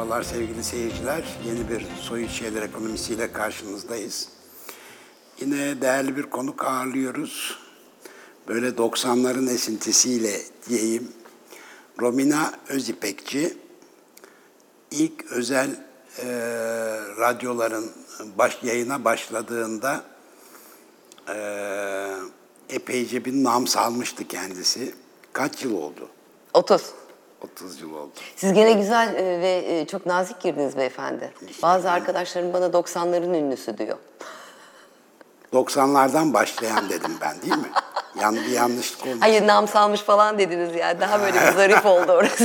Merhabalar sevgili seyirciler. Yeni bir Soyut Şeyler Ekonomisiyle karşınızdayız. Yine değerli bir konuk ağırlıyoruz. Böyle 90'ların esintisiyle diyeyim. Romina Özipekçi ilk özel radyoların yayına başladığında epeyce bir nam salmıştı kendisi. Kaç yıl oldu? 30. 30 yıl oldu. Siz gene güzel ve çok nazik girdiniz beyefendi. Bazı arkadaşlarım bana 90'ların ünlüsü diyor. 90'lardan başlayan dedim ben değil mi? Bir yanlışlık olmuş. Hayır, nam salmış falan dediniz yani. Daha böyle bir zarif oldu orası.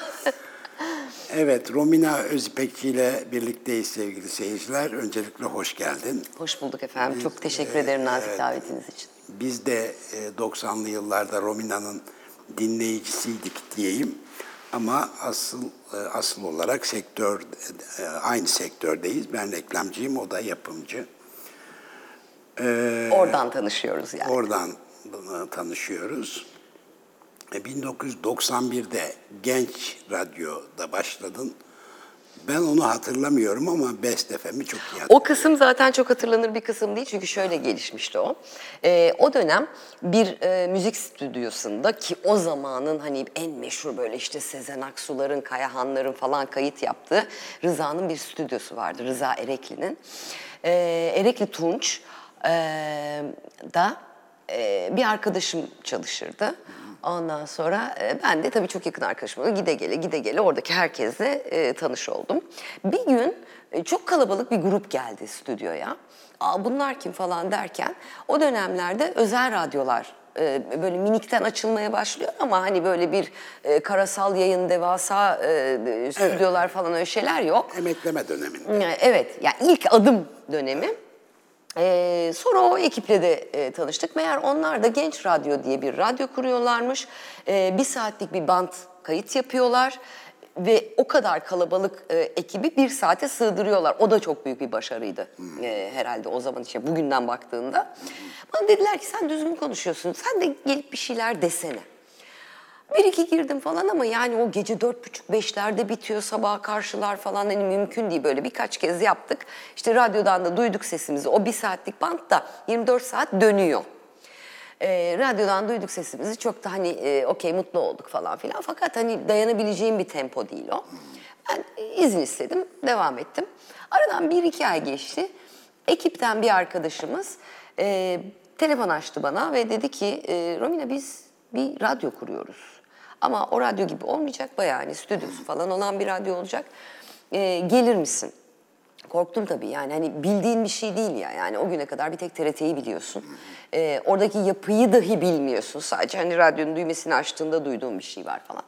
Evet, Romina Özipekçi ile birlikteyiz sevgili seyirciler. Öncelikle hoş geldin. Hoş bulduk efendim. Çok teşekkür ederim nazik davetiniz için. Biz de 90'lı yıllarda Romina'nın dinleyicisiydik diyeyim. Ama asıl olarak aynı sektördeyiz. Ben reklamcıyım, o da yapımcı. Oradan tanışıyoruz yani. Oradan tanışıyoruz. 1991'de Genç Radyo'da başladın. Ben onu hatırlamıyorum ama Best FM'i çok iyi hatırlıyorum. O kısım zaten çok hatırlanır bir kısım değil çünkü şöyle gelişmişti o. O dönem bir müzik stüdyosunda ki o zamanın hani en meşhur böyle işte Sezen Aksu'ların, Kayahan'ların falan kayıt yaptığı Rıza'nın bir stüdyosu vardı. Rıza Erekli'nin. Erekli Tunç da bir arkadaşım çalışırdı. Ondan sonra ben de tabii çok yakın arkadaşım oldu. Gide gele oradaki herkesle tanış oldum. Bir gün çok kalabalık bir grup geldi stüdyoya. Bunlar kim falan derken o dönemlerde özel radyolar böyle minikten açılmaya başlıyor ama hani böyle bir karasal yayın, devasa stüdyolar falan öyle şeyler yok. Emekleme döneminde. Evet, yani ilk adım dönemi. Sonra o ekiple de tanıştık. Meğer onlar da Genç Radyo diye bir radyo kuruyorlarmış. 1 saatlik bir bant kayıt yapıyorlar. Ve o kadar kalabalık ekibi 1 saate sığdırıyorlar. O da çok büyük bir başarıydı herhalde o zaman işte bugünden baktığında. Bana dediler ki sen düzgün konuşuyorsun. Sen de gelip bir şeyler desene. 1-2 girdim falan ama yani o gece 4.30-5'lerde bitiyor, sabaha karşılar falan hani mümkün değil, böyle birkaç kez yaptık. İşte radyodan da duyduk sesimizi, o 1 saatlik bant da 24 saat dönüyor. Radyodan duyduk sesimizi, çok da hani okey mutlu olduk falan filan. Fakat hani dayanabileceğim bir tempo değil o. Ben izin istedim, devam ettim. Aradan 1-2 ay geçti. Ekipten bir arkadaşımız telefon açtı bana ve dedi ki Romina biz bir radyo kuruyoruz. Ama o radyo gibi olmayacak, bayağı hani stüdyosu falan olan bir radyo olacak. Gelir misin? Korktum tabii yani hani bildiğin bir şey değil ya. Yani o güne kadar bir tek TRT'yi biliyorsun. Oradaki yapıyı dahi bilmiyorsun. Sadece hani radyonun düğmesini açtığında duyduğun bir şey var falan.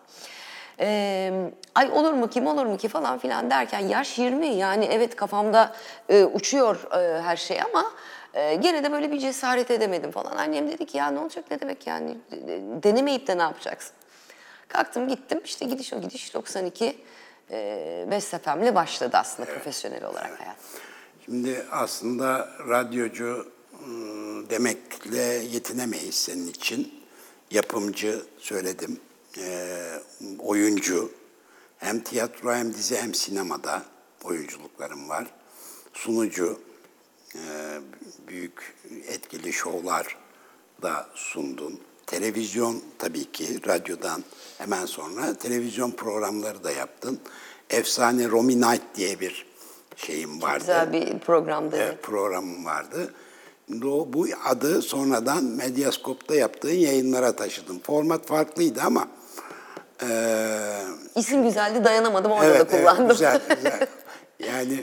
Ay olur mu ki olur mu ki falan filan derken yaş 20 yani evet kafamda uçuyor her şey ama gene de böyle bir cesaret edemedim falan. Annem dedi ki ya ne olacak ne demek yani denemeyip de ne yapacaksın? Kalktım gittim işte gidiş o gidiş 92 Best FM'le başladı aslında profesyonel olarak hayat. Şimdi aslında radyocu demekle yetinemeyiz senin için. Yapımcı söyledim, oyuncu, hem tiyatro hem dizi hem sinemada oyunculuklarım var. Sunucu, büyük etkili şovlar da sundun. Televizyon tabii ki radyodan hemen sonra televizyon programları da yaptın. Efsane Romi Night diye bir şeyim vardı. Güzel bir programdı. Evet, programım vardı. Bu adı sonradan Medyaskop'ta yaptığın yayınlara taşıdım. Format farklıydı ama İsim güzeldi, dayanamadım, orada da kullandım. Evet, güzel. Yani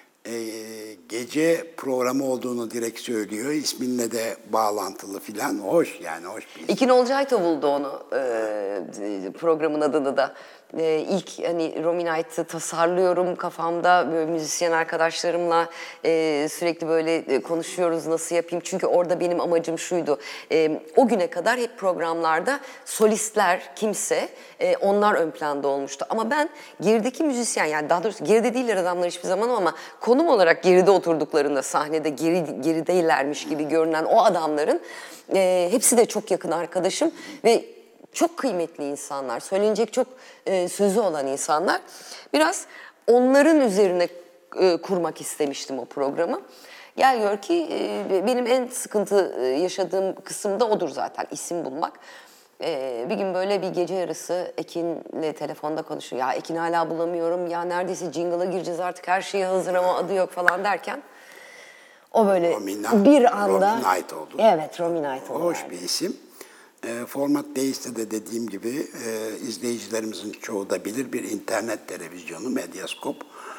gece programı olduğunu direkt söylüyor. İsminle de bağlantılı filan. Hoş yani, hoş bir isim. İkin Olcayto buldu onu, programın adını da. İlk hani Romi Night'ı tasarlıyorum kafamda, böyle müzisyen arkadaşlarımla sürekli böyle konuşuyoruz nasıl yapayım. Çünkü orada benim amacım şuydu, o güne kadar hep programlarda solistler kimse onlar ön planda olmuştu. Ama ben gerideki müzisyen, yani daha doğrusu geride değiller adamlar hiçbir zaman ama konum olarak geride oturduklarında sahnede gerideylermiş gibi görünen o adamların hepsi de çok yakın arkadaşım ve çok kıymetli insanlar, söylenecek çok sözü olan insanlar. Biraz onların üzerine kurmak istemiştim o programı. Gel gör ki benim en sıkıntı yaşadığım kısım da odur zaten, isim bulmak. Bir gün böyle bir gece yarısı Ekin'le telefonda konuşuyor. Ya Ekin hala bulamıyorum, ya neredeyse jingle'a gireceğiz artık, her şeye hazır ama adı yok falan derken. O böyle bir anda... Romy Knight oldu. Evet, Romy Knight oldu. Hoş yani. bir isim. Format değişse de dediğim gibi izleyicilerimizin çoğu da bilir, bir internet televizyonu Medyascope.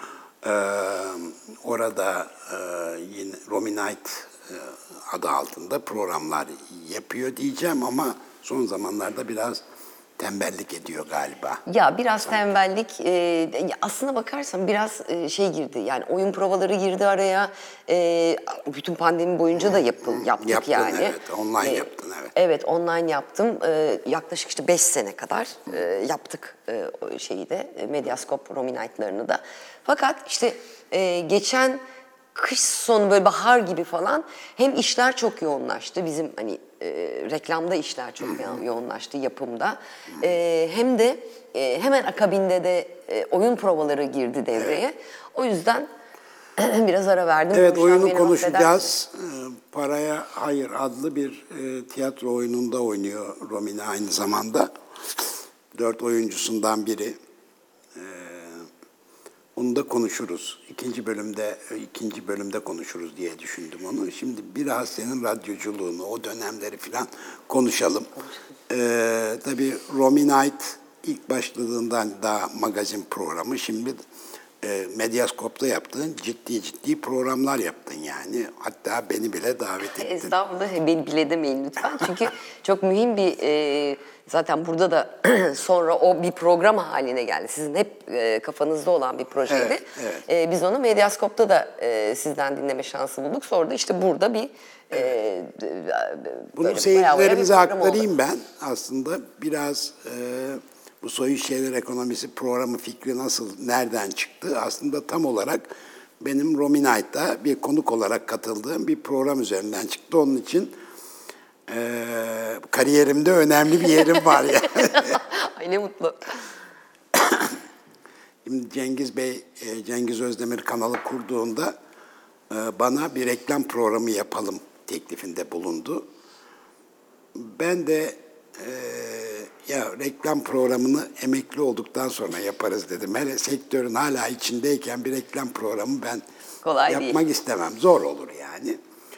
Orada yine Romy Knight adı altında programlar yapıyor diyeceğim ama son zamanlarda biraz tembellik ediyor galiba. Ya biraz tembellik, aslına bakarsan biraz şey girdi, yani oyun provaları girdi araya, bütün pandemi boyunca da yaptık Yaptın, yani. Evet, online yaptın, evet. Evet, online yaptım. Yaklaşık işte 5 sene kadar yaptık şeyi de, Medyascope Romy Knight'larını da. Fakat işte geçen kış sonu böyle bahar gibi falan hem işler çok yoğunlaştı. Bizim hani reklamda işler çok yoğunlaştı, yapımda. Hem de hemen akabinde de oyun provaları girdi devreye. Evet. O yüzden biraz ara verdim. Evet, oyunu konuşacağız. Paraya Hayır adlı bir tiyatro oyununda oynuyor Romina aynı zamanda. 4 oyuncusundan biri. Onu da konuşuruz. İkinci bölümde konuşuruz diye düşündüm onu. Şimdi biraz senin radyoculuğunu, o dönemleri falan konuşalım. Tabii Romy Knight ilk başladığından daha magazin programı. Şimdi Medyascope'da yaptığın ciddi programlar yaptın yani. Hatta beni bile davet ettin. Estağfurullah, beni bile demeyin lütfen. Çünkü çok mühim bir, zaten burada da sonra o bir program haline geldi. Sizin hep kafanızda olan bir projeydi. Evet, evet. Biz onu Medyascope'da da sizden dinleme şansı bulduk. Sonra da işte burada bir... Bunu seyircilerimize aktarayım ben. Aslında biraz... Bu Soyut Şeyler Ekonomisi programı fikri nereden çıktı? Aslında tam olarak benim Romy Knight'ta bir konuk olarak katıldığım bir program üzerinden çıktı. Onun için kariyerimde önemli bir yerim var yani. Ay ne mutlu. Şimdi Cengiz Özdemir kanalı kurduğunda bana bir reklam programı yapalım teklifinde bulundu. Ben de ya reklam programını emekli olduktan sonra yaparız dedim. Hele sektörün hala içindeyken bir reklam programı ben yapmak istemem. Zor olur yani.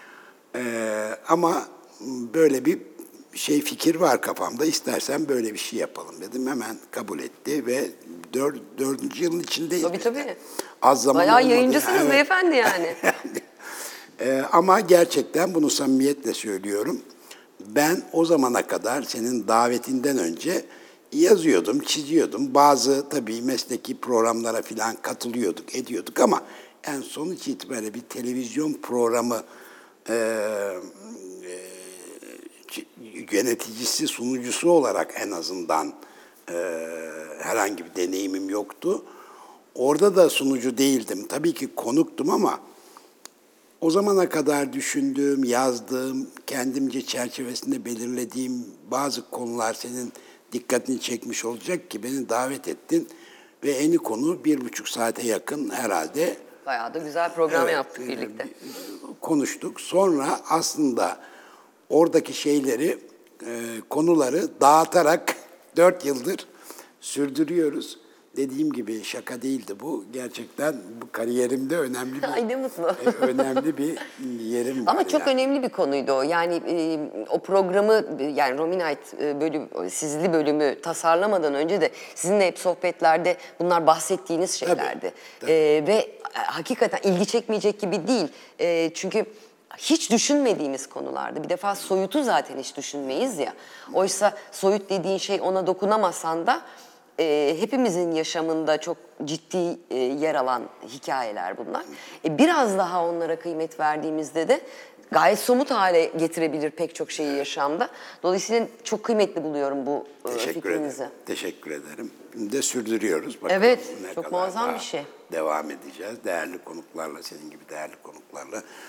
Ama böyle bir fikir var kafamda. İstersen böyle bir şey yapalım dedim. Hemen kabul etti ve 4. yılın içindeyiz. Tabii. Az zaman bayağı olmadı. yayıncısınız Evet. beyefendi yani. Ama gerçekten bunu samimiyetle söylüyorum. Ben o zamana kadar senin davetinden önce yazıyordum, çiziyordum. Bazı tabii mesleki programlara falan katılıyorduk, ediyorduk ama en sonuç itibariyle bir televizyon programı yöneticisi, sunucusu olarak en azından herhangi bir deneyimim yoktu. Orada da sunucu değildim. Tabii ki konuktum ama o zamana kadar düşündüğüm, yazdığım, kendimce çerçevesinde belirlediğim bazı konular senin dikkatini çekmiş olacak ki beni davet ettin ve eni konu 1,5 saate yakın herhalde. Bayağı da güzel program yaptık birlikte. Konuştuk. Sonra aslında oradaki konuları dağıtarak 4 yıldır sürdürüyoruz. Dediğim gibi şaka değildi bu. Gerçekten bu kariyerimde önemli bir Ay ne mutlu. önemli bir yerim var. Ama çok önemli bir konuydu o. Yani o programı, yani Romy Knight sizli bölümü tasarlamadan önce de sizinle hep sohbetlerde bunlar bahsettiğiniz şeylerdi. Tabii. Ve hakikaten ilgi çekmeyecek gibi değil. Çünkü hiç düşünmediğimiz konulardı. Bir defa soyutu zaten hiç düşünmeyiz ya. Oysa soyut dediğin şey, ona dokunamasan da hepimizin yaşamında çok ciddi yer alan hikayeler bunlar. Biraz daha onlara kıymet verdiğimizde de gayet somut hale getirebilir pek çok şeyi yaşamda. Dolayısıyla çok kıymetli buluyorum bu fikrinizi. Teşekkür ederim. Şimdi de sürdürüyoruz. Bakalım evet, çok muazzam bir şey. Devam edeceğiz. Değerli konuklarla, senin gibi değerli konuklarla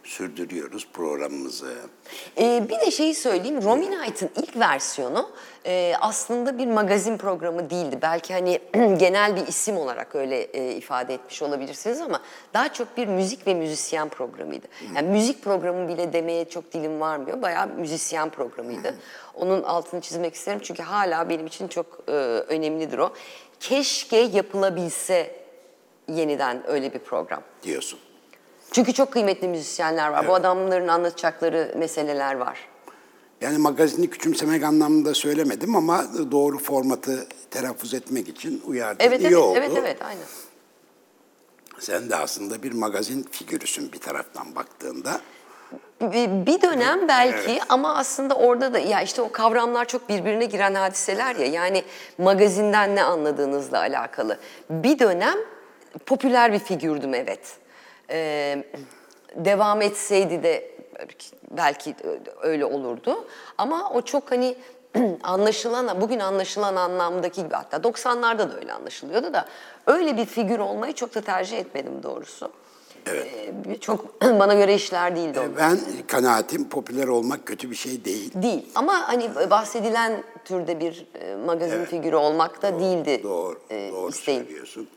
sürdürüyoruz programımızı. Bir de şeyi söyleyeyim, Romy Knight'ın ilk versiyonu aslında bir magazin programı değildi. Belki hani genel bir isim olarak öyle ifade etmiş olabilirsiniz ama daha çok bir müzik ve müzisyen programıydı. Yani müzik programı bile demeye çok dilim varmıyor. Bayağı müzisyen programıydı. Onun altını çizmek isterim çünkü hala benim için çok önemlidir o. Keşke yapılabilse yeniden öyle bir program. Diyorsun. Çünkü çok kıymetli müzisyenler var. Evet. Bu adamların anlatacakları meseleler var. Yani magazini küçümsemek anlamında söylemedim ama doğru formatı telaffuz etmek için uyardın. Evet, İyi oldu. evet, aynen. Sen de aslında bir magazin figürüsün bir taraftan baktığında. Bir dönem belki evet. Ama aslında orada da ya işte o kavramlar çok birbirine giren hadiseler ya. Yani magazinden ne anladığınızla alakalı. Bir dönem popüler bir figürdüm, evet. Devam etseydi de belki öyle olurdu. Ama o çok hani bugün anlaşılan anlamdaki gibi, hatta 90'larda da öyle anlaşılıyordu da öyle bir figür olmayı çok da tercih etmedim doğrusu. Evet. Çok bana göre işler değildi onlar. Ben kanaatim popüler olmak kötü bir şey değil. Değil ama hani bahsedilen türde bir magazin figürü olmak da değildi. Doğru isteğim. söylüyorsun.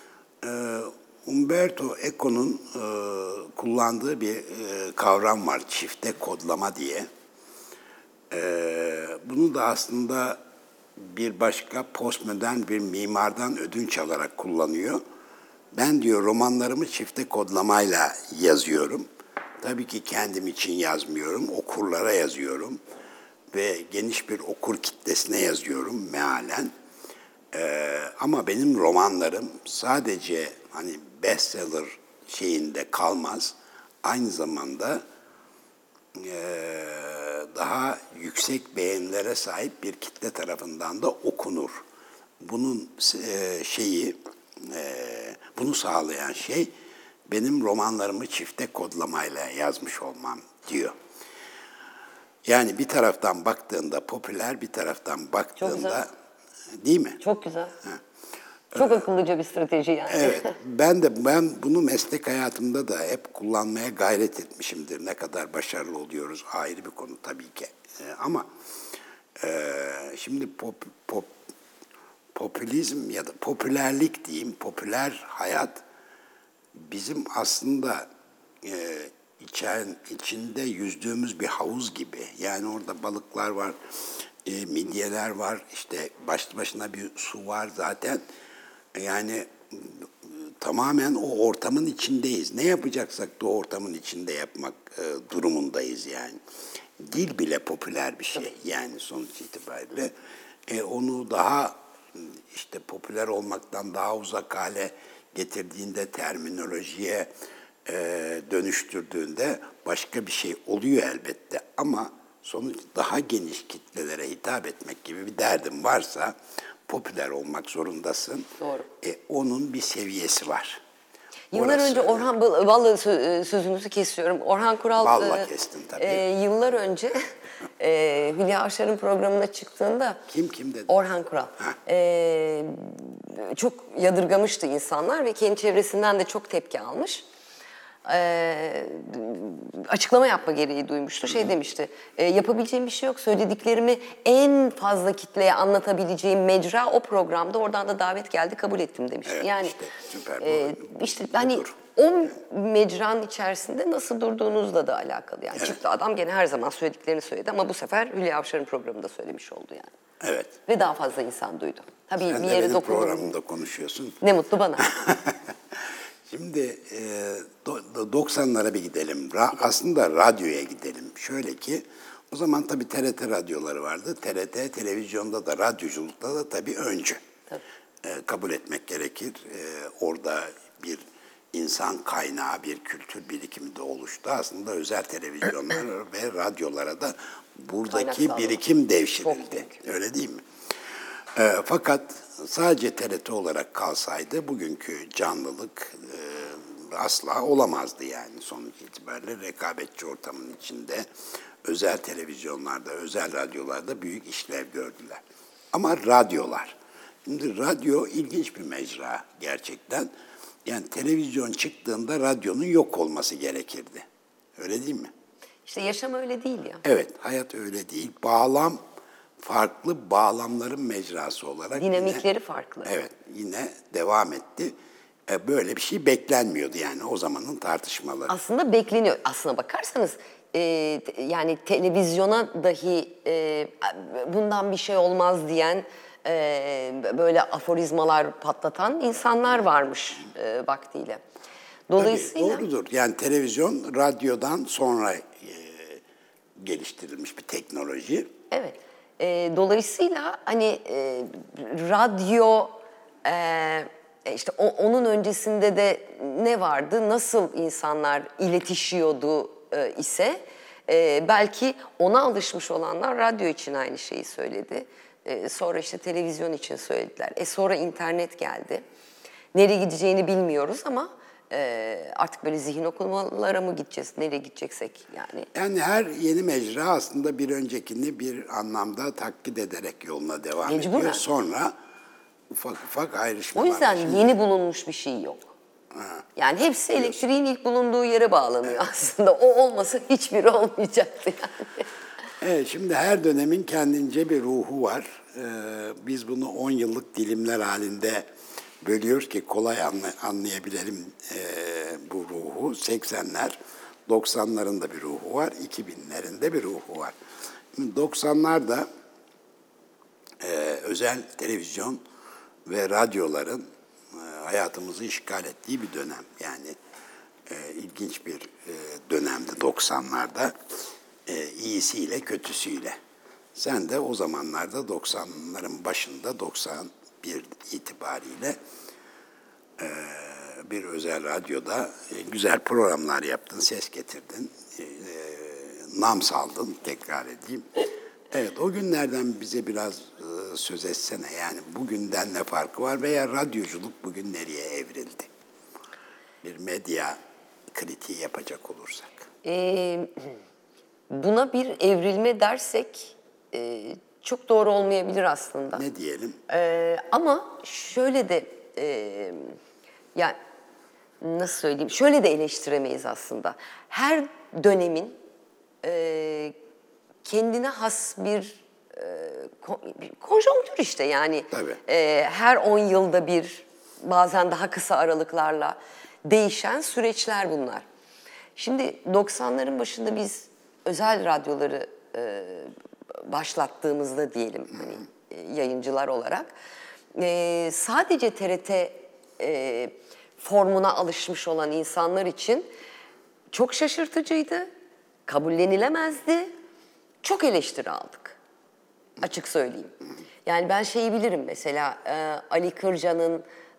Umberto Eco'nun kullandığı bir kavram var, çifte kodlama diye. Bunu da aslında bir başka postmodern bir mimardan ödünç alarak kullanıyor. Ben diyor romanlarımı çifte kodlamayla yazıyorum. Tabii ki kendim için yazmıyorum, okurlara yazıyorum ve geniş bir okur kitlesine yazıyorum mealen. Ama benim romanlarım sadece hani bestseller şeyinde kalmaz. Aynı zamanda daha yüksek beğenilere sahip bir kitle tarafından da okunur. Bunun bunu sağlayan şey benim romanlarımı çifte kodlamayla yazmış olmam diyor. Yani bir taraftan baktığında popüler, bir taraftan baktığında değil mi? Çok güzel. Çok akıllıca bir strateji yani. Evet. Ben bunu meslek hayatımda da hep kullanmaya gayret etmişimdir. Ne kadar başarılı oluyoruz ayrı bir konu tabii ki. Ama şimdi popülizm ya da popülerlik diyeyim, popüler hayat bizim aslında içinde yüzdüğümüz bir havuz gibi. Yani orada balıklar var, midyeler var, işte başlı başına bir su var zaten. Yani tamamen o ortamın içindeyiz. Ne yapacaksak da o ortamın içinde yapmak durumundayız yani. Dil bile popüler bir şey yani sonuç itibariyle. Onu daha işte popüler olmaktan daha uzak hale getirdiğinde, terminolojiye dönüştürdüğünde başka bir şey oluyor elbette. Ama sonuç daha geniş kitlelere hitap etmek gibi bir derdin varsa popüler olmak zorundasın. Doğru. Onun bir seviyesi var. Yıllar önce Orhan, vallahi sözünüzü kesiyorum. Orhan Kural Vallahi kestin tabii. Yıllar önce Hülya Avşar'ın programına çıktığında Kim dedi? Orhan Kural. Çok yadırgamıştı insanlar ve kendi çevresinden de çok tepki almış. Açıklama yapma gereği duymuştu. Şey demişti, yapabileceğim bir şey yok. Söylediklerimi en fazla kitleye anlatabileceğim mecra o programda. Oradan da davet geldi, kabul ettim demişti. Evet, yani işte, süper. işte hani o mecranın içerisinde nasıl durduğunuzla da alakalı. Yani çıktı adam gene her zaman söylediklerini söyledi ama bu sefer Hülya Avşar'ın programında söylemiş oldu yani. Evet. Ve daha fazla insan duydu. Tabii Sen bir de yere benim dokundu. programımda konuşuyorsun. Ne mutlu bana. Şimdi 90'lara bir gidelim. Aslında radyoya gidelim. Şöyle ki o zaman tabii TRT radyoları vardı. TRT televizyonda da radyoculukta da tabii öncü. Tabii. Kabul etmek gerekir. Orada bir insan kaynağı, bir kültür birikimi de oluştu. Aslında özel televizyonlar ve radyolara da buradaki birikim devşirildi. Öyle değil mi? Fakat sadece TRT olarak kalsaydı bugünkü canlılık asla olamazdı yani sonuç itibariyle rekabetçi ortamın içinde özel televizyonlarda, özel radyolarda büyük işlev gördüler. Ama radyolar, şimdi radyo ilginç bir mecra gerçekten. Yani televizyon çıktığında radyonun yok olması gerekirdi. Öyle değil mi? İşte yaşam öyle değil ya. Evet, hayat öyle değil. Bağlam farklı, bağlamların mecrası olarak Dinamikleri yine, farklı. evet, yine devam etti. Böyle bir şey beklenmiyordu yani o zamanın tartışmaları. Aslında bekleniyor. Aslına bakarsanız yani televizyona dahi bundan bir şey olmaz diyen böyle aforizmalar patlatan insanlar varmış vaktiyle. Dolayısıyla Tabii, doğrudur. Yani televizyon radyodan sonra geliştirilmiş bir teknoloji. evet. Dolayısıyla hani radyo işte onun öncesinde de ne vardı? Nasıl insanlar iletişiyordu ise belki ona alışmış olanlar radyo için aynı şeyi söyledi. Sonra işte televizyon için söylediler. Sonra internet geldi. Nereye gideceğini bilmiyoruz ama artık böyle zihin okumalara mı gideceğiz? Nereye gideceksek yani. Yani her yeni mecra aslında bir öncekini bir anlamda taklit ederek yoluna devam Mecburen. ediyor. Sonra ufak ufak O ayrışmalar. yüzden Şimdi, yeni bulunmuş bir şey yok. Yani hepsi elektriğin ilk bulunduğu yere bağlanıyor aslında. O olmasa hiçbiri olmayacaktı yani. evet, şimdi her dönemin kendince bir ruhu var. Biz bunu 10 yıllık dilimler halinde bölüyoruz ki kolay anlayabilelim bu ruhu. 80'ler, 90'ların da bir ruhu var, 2000'lerin de bir ruhu var. 90'larda özel televizyon ve radyoların hayatımızı işgal ettiği bir dönem. Yani ilginç bir dönemdi 90'larda. İyisiyle kötüsüyle. Sen de o zamanlarda 90'ların başında 91 itibariyle bir özel radyoda güzel programlar yaptın, ses getirdin, nam saldın, tekrar edeyim. Evet, o günlerden bize biraz söz etsene. Yani bugünden ne farkı var veya radyoculuk bugün nereye evrildi? Bir medya kritiği yapacak olursak. Buna bir evrilme dersek çok doğru olmayabilir aslında. Ne diyelim? Ama şöyle de yani nasıl söyleyeyim? Şöyle de eleştiremeyiz aslında. Her dönemin kendine has bir konjonktür işte yani. Tabii. Her 10 yılda bir bazen daha kısa aralıklarla değişen süreçler bunlar. Şimdi 90'ların başında biz özel radyoları başlattığımızda diyelim hani yayıncılar olarak sadece TRT formuna alışmış olan insanlar için çok şaşırtıcıydı, kabullenilemezdi, çok eleştiri aldık. Açık söyleyeyim. Yani ben şeyi bilirim mesela Ali Kırca'nın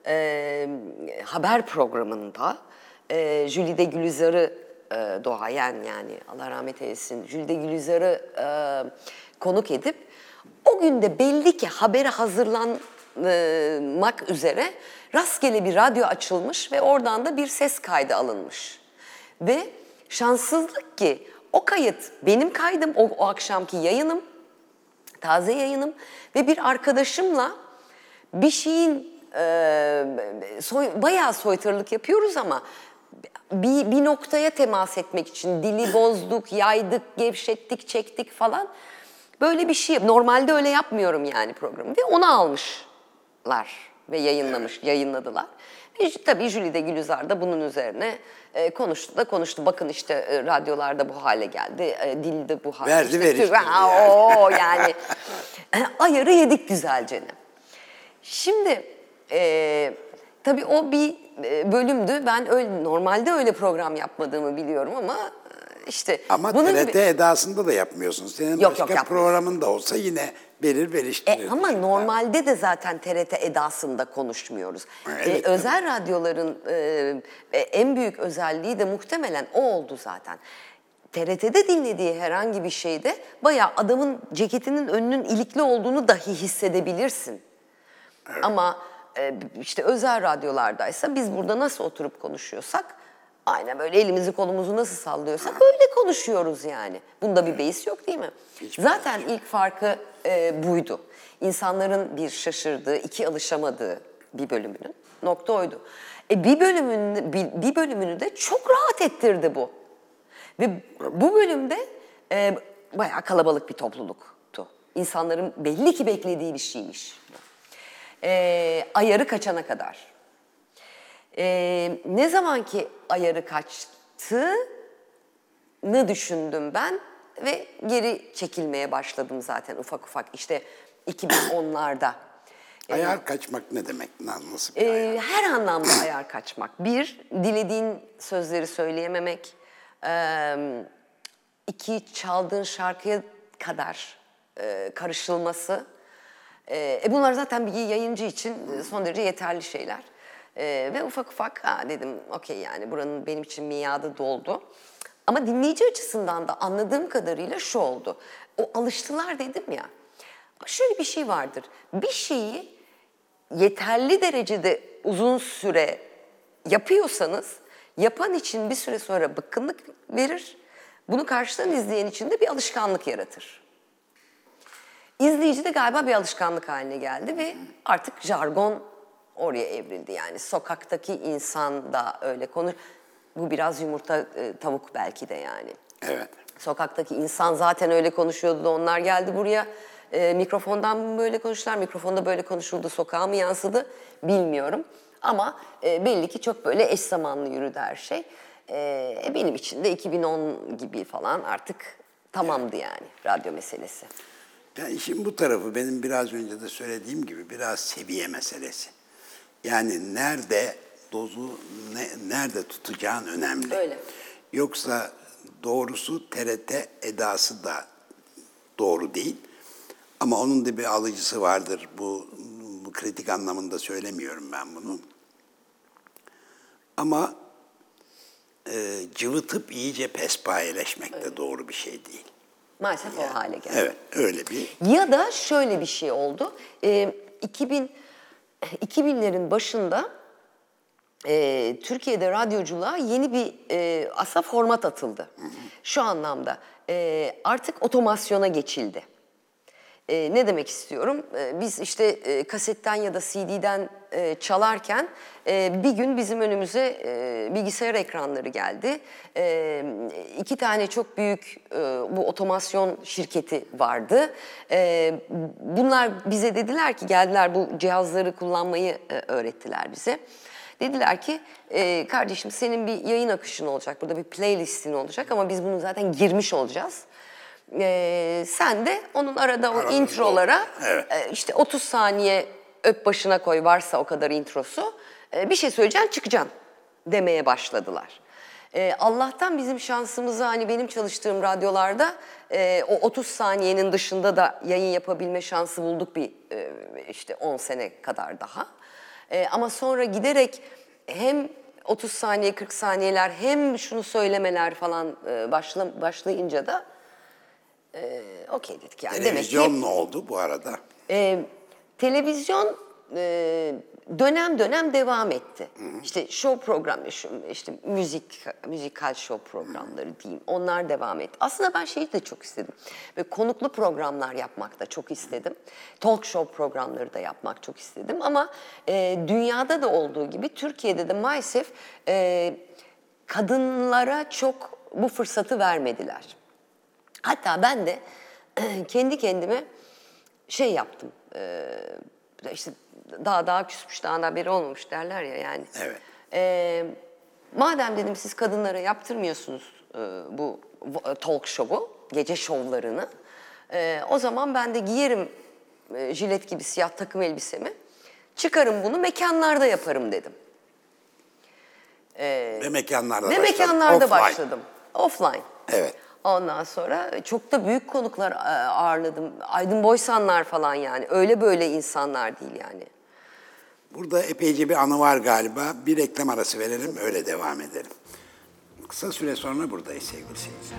haber programında Jülide Gülizar'ı doğayan yani Allah rahmet eylesin Jülide Gülizar'ı konuk edip o gün de belli ki habere hazırlanmak üzere rastgele bir radyo açılmış ve oradan da bir ses kaydı alınmış. Ve şanssızlık ki o kayıt benim kaydım, o akşamki yayınım, taze yayınım ve bir arkadaşımla bir şeyin bayağı soytarılık yapıyoruz ama bir noktaya temas etmek için dili bozduk, yaydık, gevşettik, çektik falan. Böyle bir şey. Normalde öyle yapmıyorum yani programı. Ve onu almışlar ve yayınladılar. Ve tabii Jülide Gülizar da bunun üzerine konuştu. Bakın işte radyolarda bu hale geldi, dilde bu hale. Verdi işte, veriştirdi yani. Ayarı yedik güzelce. Şimdi tabii o bir bölümdü. Ben normalde öyle program yapmadığımı biliyorum ama işte Ama bunun TRT gibi... edasında da yapmıyorsun. Senin Yok, başka programın da olsa yine veriştirir. Ama normalde de zaten TRT edasında konuşmuyoruz. Evet, özel radyoların en büyük özelliği de muhtemelen o oldu zaten. TRT'de dinlediği herhangi bir şeyde bayağı adamın ceketinin önünün ilikli olduğunu dahi hissedebilirsin. Evet. Ama işte özel radyolardaysa biz burada nasıl oturup konuşuyorsak aynen böyle elimizi kolumuzu nasıl sallıyorsak öyle konuşuyoruz yani. Bunda bir beis yok değil mi? Zaten ilk farkı buydu. İnsanların bir şaşırdığı, iki alışamadığı bir bölümünün nokta oydu. Bir bölümünü de çok rahat ettirdi bu. Ve bu bölümde bayağı kalabalık bir topluluktu. İnsanların belli ki beklediği bir şeymiş. Ayarı kaçana kadar. Ne zaman ki ayarı kaçtığını düşündüm ben ve geri çekilmeye başladım zaten ufak ufak işte 2010'larda. Ayar kaçmak ne demek? Nasıl bir ayar? Her anlamda ayar kaçmak. Bir, dilediğin sözleri söyleyememek. İki, çaldığın şarkıya kadar karışılması. Bunlar zaten bir yayıncı için son derece yeterli şeyler. Ve ufak ufak dedim okey yani buranın benim için miadı doldu. Ama dinleyici açısından da anladığım kadarıyla şu oldu. O alıştılar dedim ya. Şöyle bir şey vardır. Bir şeyi yeterli derecede uzun süre yapıyorsanız yapan için bir süre sonra bıkkınlık verir. Bunu karşıdan izleyen için de bir alışkanlık yaratır. İzleyici de galiba bir alışkanlık haline geldi ve artık jargon oraya evrildi. Yani sokaktaki insan da öyle konuşur. Bu biraz yumurta tavuk belki de yani. Evet. Sokaktaki insan zaten öyle konuşuyordu da onlar geldi buraya. Mikrofondan mı böyle konuştular, mikrofonda böyle konuşuldu, sokağa mı yansıdı bilmiyorum. Ama belli ki çok böyle eş zamanlı yürüdü her şey. Benim için de 2010 gibi falan artık tamamdı yani radyo meselesi. Yani işin bu tarafı benim biraz önce de söylediğim gibi biraz seviye meselesi. Yani nerede dozu nerede tutacağın önemli. Öyle. Yoksa doğrusu TRT edası da doğru değil. Ama onun da bir alıcısı vardır. Bu kritik anlamında söylemiyorum ben bunu. Ama cıvıtıp iyice pespayeleşmek de doğru bir şey değil. Maalesef yani, o hale geldi. Evet, öyle bir. Ya da şöyle bir şey oldu. 2000'lerin başında Türkiye'de radyoculuğa yeni bir aslında format atıldı. Şu anlamda artık otomasyona geçildi. Ne demek istiyorum? Biz işte kasetten ya da CD'den çalarken bir gün bizim önümüze bilgisayar ekranları geldi. 2 tane çok büyük bu otomasyon şirketi vardı. Bunlar bize dediler ki geldiler bu cihazları kullanmayı öğrettiler bize. Dediler ki kardeşim senin bir yayın akışın olacak, burada bir playlistin olacak ama biz bunu zaten girmiş olacağız. Sen de onun arada o introlara işte 30 saniye öp başına koy varsa o kadar introsu bir şey söyleyeceksin çıkacaksın demeye başladılar. Allah'tan bizim şansımıza hani benim çalıştığım radyolarda o 30 saniyenin dışında da yayın yapabilme şansı bulduk bir işte 10 sene kadar daha. Ama sonra giderek hem 30 saniye 40 saniyeler hem şunu söylemeler falan başlayınca da okey dedik yani. Televizyon demek ki, ne oldu bu arada? Televizyon dönem dönem devam etti. İşte show programları, işte müzikal show programları diyeyim. Onlar devam etti. Aslında ben şeyi de çok istedim. Böyle konuklu programlar yapmak da çok istedim. Talk show programları da yapmak çok istedim. Ama dünyada da olduğu gibi Türkiye'de de maalesef kadınlara çok bu fırsatı vermediler. Hatta ben de kendi kendime şey yaptım. İşte daha küsmüş, daha haberi olmamış derler ya yani. Evet. Madem dedim siz kadınlara yaptırmıyorsunuz bu talk show'u, gece şovlarını. O zaman ben de giyerim jilet gibi siyah takım elbisemi. Çıkarım bunu mekanlarda yaparım dedim. Ve mekanlarda Ve başladım. mekanlarda Offline. başladım. Offline. Evet. Ondan sonra çok da büyük konuklar ağırladım. Aydın Boysanlar falan yani. Öyle böyle insanlar değil yani. Burada epeyce bir anı var galiba. Bir reklam arası verelim, öyle devam edelim. Kısa süre sonra buradayız sevgili seyirciler.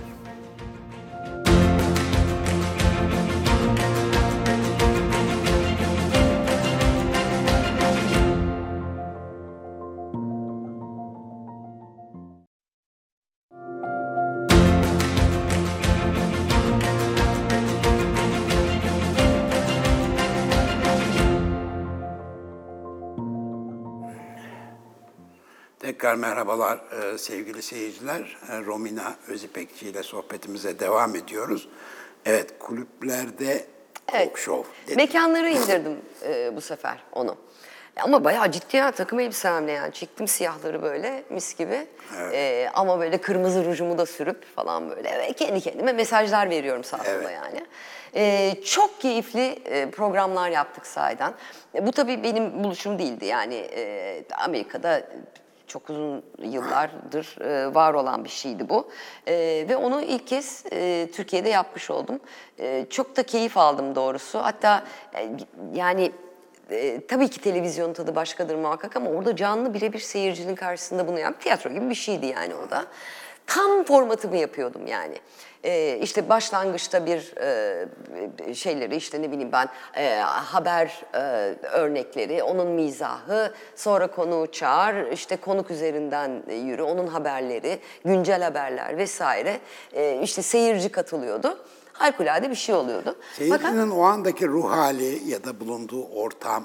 Tekrar merhabalar sevgili seyirciler. Romina Özipekçi ile sohbetimize devam ediyoruz. Evet, kulüplerde talk show dedik. Mekanlara indirdim bu sefer onu. Ama bayağı ciddi ya, takım elbisemle yani. Çektim siyahları böyle mis gibi. Evet. Ama böyle kırmızı rujumu da sürüp falan böyle ve kendi kendime mesajlar veriyorum sağ sola Evet. yani. Çok keyifli programlar yaptık sahiden. Bu tabii benim buluşum değildi yani Amerika'da çok uzun yıllardır var olan bir şeydi bu. Ve onu ilk kez Türkiye'de yapmış oldum. Çok da keyif aldım doğrusu. Hatta yani tabii ki televizyonun tadı başkadır muhakkak ama orada canlı birebir seyircinin karşısında bunu yap. Tiyatro gibi bir şeydi yani o da. Tam formatımı yapıyordum yani. İşte başlangıçta bir şeyleri işte ne bileyim ben haber örnekleri, onun mizahı, sonra konuğu çağır, işte konuk üzerinden yürü, onun haberleri, güncel haberler vesaire. İşte seyirci katılıyordu. Harikulade bir şey oluyordu. Seyircinin o andaki ruh hali ya da bulunduğu ortam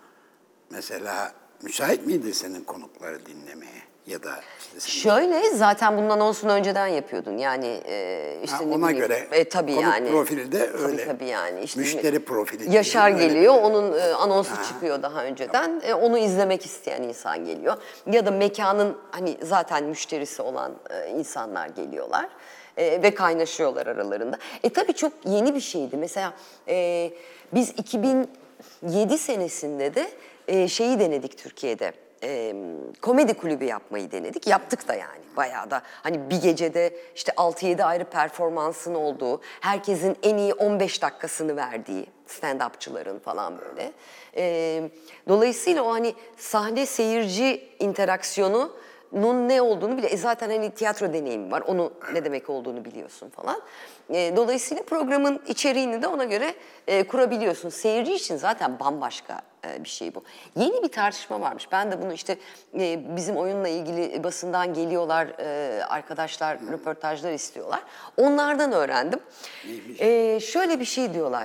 mesela müsait miydi senin konukları dinlemeye? Ya da işte Şöyle zaten bundan 10 sene önceden yapıyordun yani işte ne ona bileyim, göre tabii konuk yani, profili de öyle. tabii yani işte Müşteri profili. Yaşar diyelim, öyle. geliyor onun anonsu çıkıyor daha önceden onu izlemek isteyen insan geliyor ya da mekanın hani zaten müşterisi olan insanlar geliyorlar ve kaynaşıyorlar aralarında. Tabii çok yeni bir şeydi mesela biz 2007 senesinde de şeyi denedik Türkiye'de. Komedi kulübü yapmayı denedik. Yaptık da yani bayağı da. Hani bir gecede işte 6-7 ayrı performansın olduğu, herkesin en iyi 15 dakikasını verdiği stand-upçıların falan böyle. Dolayısıyla o hani sahne seyirci interaksiyonunun ne olduğunu bile zaten hani tiyatro deneyimi var. Onu ne demek olduğunu biliyorsun falan. Dolayısıyla programın içeriğini de ona göre kurabiliyorsun. Seyirci için zaten bambaşka bir şey bu. Yeni bir tartışma varmış. Ben de bunu işte bizim oyunla ilgili basından geliyorlar arkadaşlar röportajlar istiyorlar. Onlardan öğrendim. Şöyle bir şey diyorlar.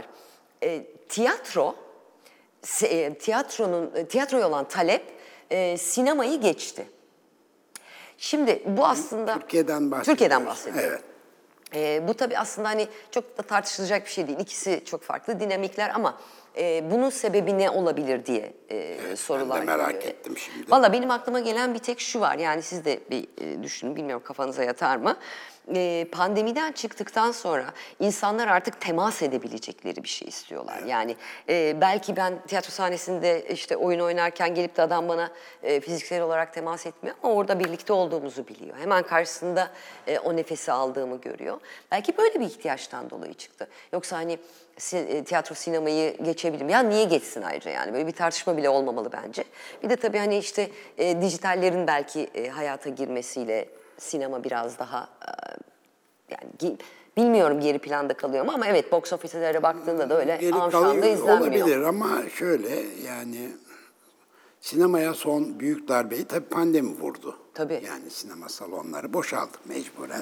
Tiyatroya olan talep sinemayı geçti. Şimdi bu aslında Türkiye'den bahsediyoruz. Türkiye'den bahsediyorum. Evet. Bu tabii aslında hani çok da tartışılacak bir şey değil. İkisi çok farklı dinamikler ama bunun sebebi ne olabilir diye sorular Ben de merak geliyor. ettim şimdi. Valla benim aklıma gelen bir tek şu var. Yani siz de bir düşünün, bilmiyorum kafanıza yatar mı? Pandemiden çıktıktan sonra insanlar artık temas edebilecekleri bir şey istiyorlar. Evet. Yani belki ben tiyatro sahnesinde işte oyun oynarken gelip de adam bana fiziksel olarak temas etmiyor ama orada birlikte olduğumuzu biliyor. Hemen karşısında o nefesi aldığımı görüyor. Belki böyle bir ihtiyaçtan dolayı çıktı. Yoksa hani tiyatro sinemayı geçebilir. Ya niye geçsin ayrıca yani? Böyle bir tartışma bile olmamalı bence. Bir de tabii hani işte dijitallerin belki hayata girmesiyle sinema biraz daha yani bilmiyorum geri planda kalıyor mu ama evet box office'lere baktığında da öyle amşanda izlenmiyor. Olabilir ama şöyle yani sinemaya son büyük darbeyi tabii pandemi vurdu. Tabii. Yani sinema salonları boşaldı mecburen.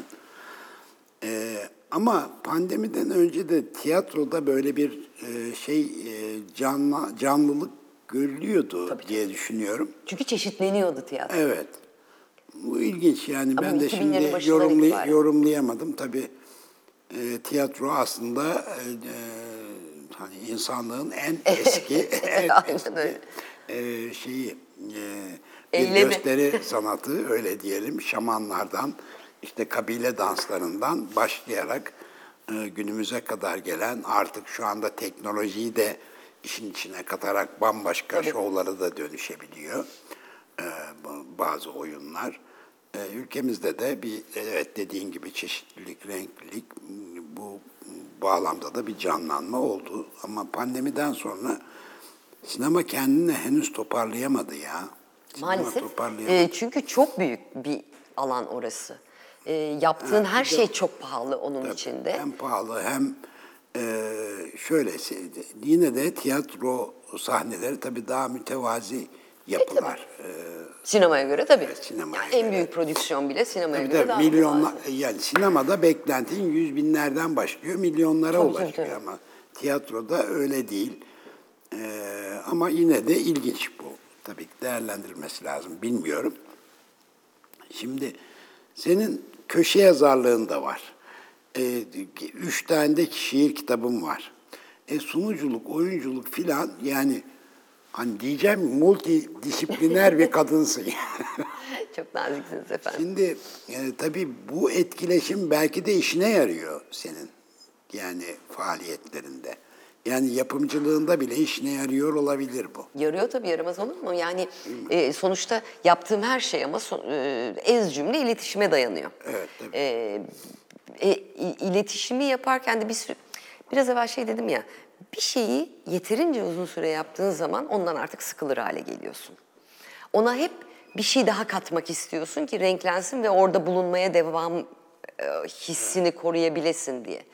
Ama pandemiden önce de tiyatroda böyle bir canlılık görülüyordu Tabii. diye düşünüyorum. Çünkü çeşitleniyordu tiyatro. Evet. Bu ilginç yani ama ben de 2000'lerin şimdi başından itibaren. yorumlayamadım. Tabii tiyatro aslında hani insanlığın en eski şeyi bir Eylemi. gösteri sanatı öyle diyelim. Şamanlardan işte kabile danslarından başlayarak günümüze kadar gelen artık şu anda teknolojiyi de işin içine katarak bambaşka şovlara da dönüşebiliyor bazı oyunlar. Ülkemizde de bir evet dediğin gibi çeşitlilik, renklilik bu bağlamda da bir canlanma oldu. Ama pandemiden sonra sinema kendini henüz toparlayamadı ya. Maalesef. Çünkü çok büyük bir alan orası. Yaptığın her şey çok pahalı onun içinde. Hem pahalı hem şöyle yine de tiyatro sahneleri tabii daha mütevazi yapılar. Sinemaya göre tabii. Evet, sinemaya yani göre. En büyük prodüksiyon bile sinemaya Tabii göre daha milyonlar, mütevazi. yani sinemada beklentin 100 binlerden başlıyor, milyonlara ulaşıyor tabii. ama tiyatroda öyle değil. Ama yine de ilginç bu. Tabii ki değerlendirilmesi lazım, bilmiyorum. Şimdi senin köşe yazarlığın da var. 3 tane de şiir kitabın var. Sunuculuk, oyunculuk filan, yani hani diyeceğim multidisipliner bir kadınsın. Çok naziksiniz efendim. Şimdi tabii bu etkileşim belki de işine yarıyor senin, yani faaliyetlerinde. Yani yapımcılığında bile işine yarıyor olabilir bu. Yarıyor tabii, yaramaz olur mu? Yani sonuçta yaptığım her şey ama ez cümle iletişime dayanıyor. Evet, tabii. İletişimi yaparken de biraz evvel şey dedim ya, bir şeyi yeterince uzun süre yaptığın zaman ondan artık sıkılır hale geliyorsun. Ona hep bir şey daha katmak istiyorsun ki renklensin ve orada bulunmaya devam hissini koruyabilesin diye.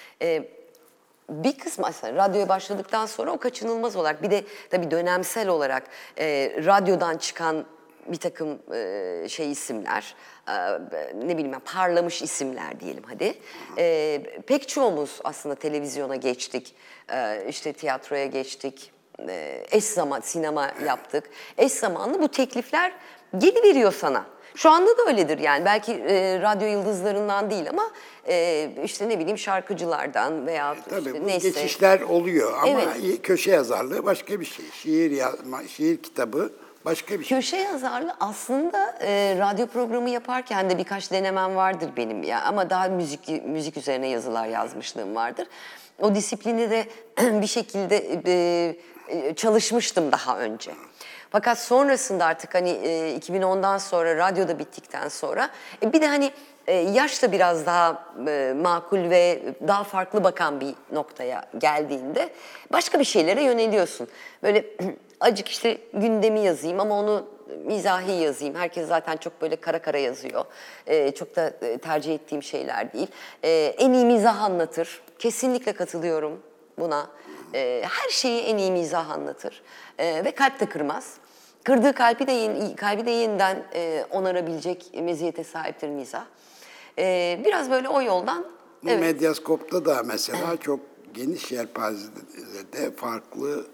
Bir kısmı aslında radyoya başladıktan sonra o kaçınılmaz olarak, bir de tabii dönemsel olarak radyodan çıkan bir takım isimler, ne bileyim ben, parlamış isimler diyelim hadi. Pek çoğumuz aslında televizyona geçtik, işte tiyatroya geçtik, eş zaman sinema yaptık. Eş zamanlı bu teklifler geliveriyor sana. Şu anda da öyledir yani. Belki radyo yıldızlarından değil ama işte ne bileyim şarkıcılardan veya Tabii işte bu neyse. geçişler oluyor ama Evet. köşe yazarlığı başka bir şey. Şiir yazma, şiir kitabı başka bir şey. Köşe yazarlığı aslında radyo programı yaparken de birkaç denemem vardır benim ya, ama daha müzik üzerine yazılar yazmışlığım vardır. O disiplini de bir şekilde çalışmıştım daha önce. Fakat sonrasında artık hani 2010'dan sonra, radyoda bittikten sonra bir de hani yaş da biraz daha makul ve daha farklı bakan bir noktaya geldiğinde başka bir şeylere yöneliyorsun. Böyle acık işte gündemi yazayım ama onu mizahi yazayım. Herkes zaten çok böyle kara kara yazıyor. Çok da tercih ettiğim şeyler değil. En iyi mizah anlatır. Kesinlikle katılıyorum buna. Her şeyi en iyi mizah anlatır. Ve kalp de kırmaz. Kırdığı kalbi de yeniden onarabilecek meziyete sahiptir mizah. Biraz böyle o yoldan. Bu Evet. Medyaskop'ta da mesela çok geniş yelpazede farklı